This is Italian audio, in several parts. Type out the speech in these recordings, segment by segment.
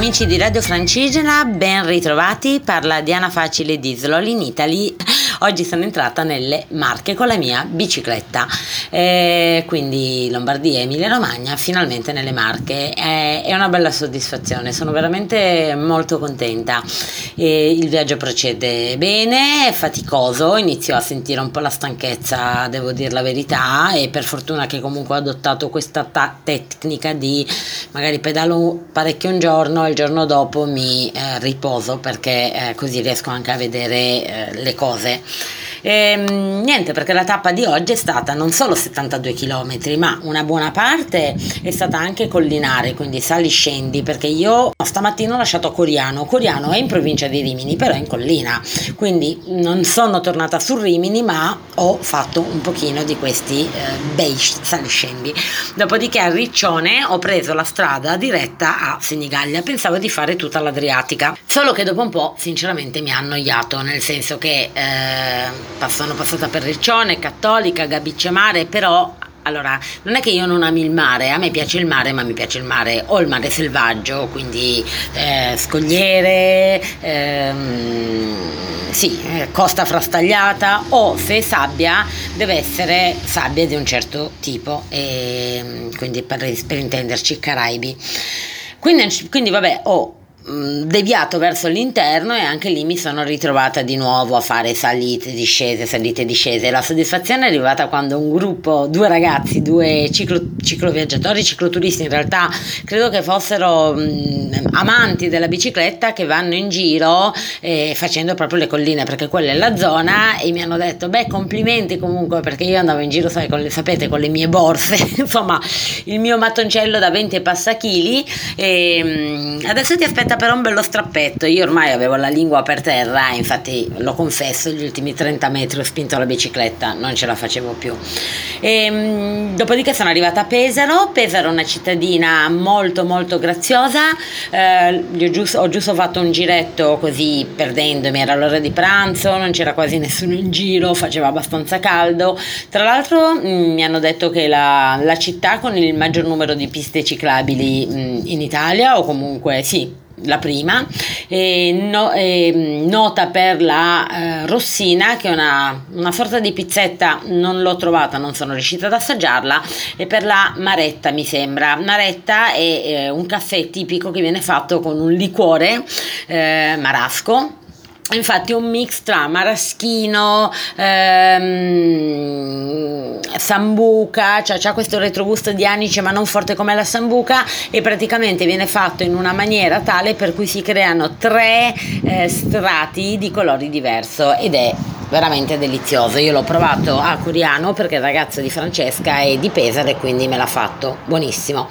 Amici di Radio Francigena, ben ritrovati, parla Diana Facile di Slow in Italy. Oggi sono entrata nelle Marche con la mia bicicletta, quindi Lombardia e Emilia Romagna, finalmente nelle Marche. È una bella soddisfazione, sono veramente molto contenta. Il viaggio procede bene, è faticoso, inizio a sentire un po' la stanchezza, devo dire la verità, e per fortuna che comunque ho adottato questa tecnica di magari pedalo parecchio un giorno e il giorno dopo mi riposo, perché così riesco anche a vedere le cose. Niente, perché la tappa di oggi è stata non solo 72 km, ma una buona parte è stata anche collinare, quindi sali scendi, perché io stamattina ho lasciato Coriano è in provincia di Rimini, però è in collina, quindi non sono tornata su Rimini, ma ho fatto un pochino di questi bei sali scendi. Dopodiché a Riccione ho preso la strada diretta a Senigallia, pensavo di fare tutta l'Adriatica, solo che dopo un po' sinceramente mi ha annoiato, nel senso che sono passata per Riccione, Cattolica, Gabicce Mare, però allora non è che io non ami il mare, a me piace il mare, ma mi piace il mare o il mare selvaggio, quindi scogliere, costa frastagliata, o se è sabbia deve essere sabbia di un certo tipo, e quindi per intenderci Caraibi. Quindi vabbè, ho deviato verso l'interno e anche lì mi sono ritrovata di nuovo a fare salite, discese. La soddisfazione è arrivata quando un gruppo, due ragazzi, due cicloviaggiatori, cicloturisti, in realtà credo che fossero amanti della bicicletta, che vanno in giro facendo proprio le colline, perché quella è la zona, e mi hanno detto complimenti comunque, perché io andavo in giro sapete, con le mie borse insomma il mio mattoncello da 20 e passa chili, e adesso ti aspetta però un bello strappetto. Io ormai avevo la lingua per terra, infatti lo confesso, gli ultimi 30 metri ho spinto la bicicletta, non ce la facevo più. Dopodiché sono arrivata a Pesaro è una cittadina molto molto graziosa. Ho giusto fatto un giretto così perdendomi, era l'ora di pranzo, non c'era quasi nessuno in giro, faceva abbastanza caldo. Tra l'altro mi hanno detto che la città con il maggior numero di piste ciclabili in Italia, o comunque sì, la prima, nota per la Rossina, che è una sorta di pizzetta, non l'ho trovata, non sono riuscita ad assaggiarla, e per la Maretta, mi sembra. Maretta è un caffè tipico che viene fatto con un liquore marasco. Infatti un mix tra maraschino, sambuca, cioè c'ha questo retrogusto di anice ma non forte come la sambuca, e praticamente viene fatto in una maniera tale per cui si creano 3 strati di colori diverso, ed è veramente delizioso. Io l'ho provato a Coriano perché il ragazzo di Francesca è di Pesaro e quindi me l'ha fatto, buonissimo.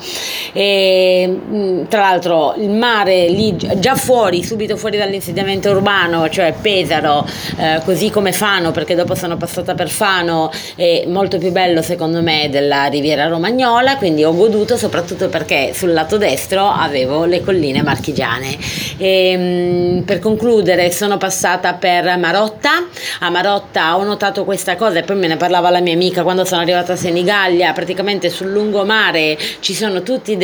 E tra l'altro il mare lì già subito fuori dall'insediamento urbano, cioè Pesaro, così come Fano, perché dopo sono passata per Fano, è molto più bello secondo me della Riviera Romagnola, quindi ho goduto, soprattutto perché sul lato destro avevo le colline marchigiane. Per concludere sono passata per Marotta. A Marotta ho notato questa cosa, e poi me ne parlava la mia amica quando sono arrivata a Senigallia. Praticamente sul lungomare ci sono tutti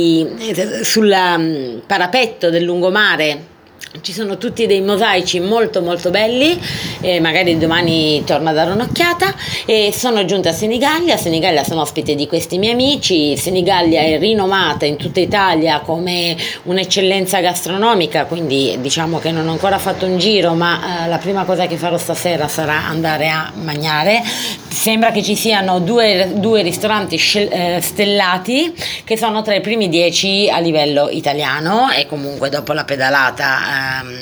sul parapetto del lungomare ci sono tutti dei mosaici molto molto belli, magari domani torno a dare un'occhiata. E sono giunta a Senigallia sono ospite di questi miei amici. Senigallia è rinomata in tutta Italia come un'eccellenza gastronomica, quindi diciamo che non ho ancora fatto un giro, ma la prima cosa che farò stasera sarà andare a mangiare. Sembra che ci siano due ristoranti stellati che sono tra i primi 10 a livello italiano, e comunque dopo la pedalata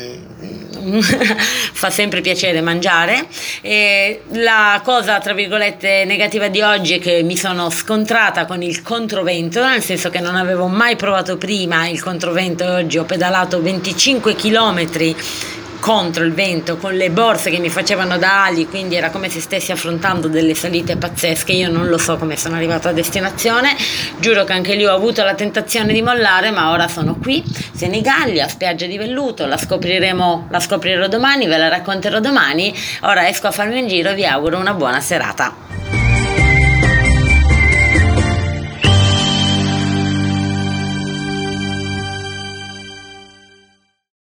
fa sempre piacere mangiare. E la cosa tra virgolette negativa di oggi è che mi sono scontrata con il controvento, nel senso che non avevo mai provato prima il controvento, e oggi ho pedalato 25 km contro il vento con le borse che mi facevano da ali, quindi era come se stessi affrontando delle salite pazzesche. Io non lo so come sono arrivata a destinazione, giuro che anche lì ho avuto la tentazione di mollare, ma ora sono qui, Senigallia, spiaggia di velluto, la scoprirò domani, ve la racconterò domani. Ora esco a farmi un giro e vi auguro una buona serata.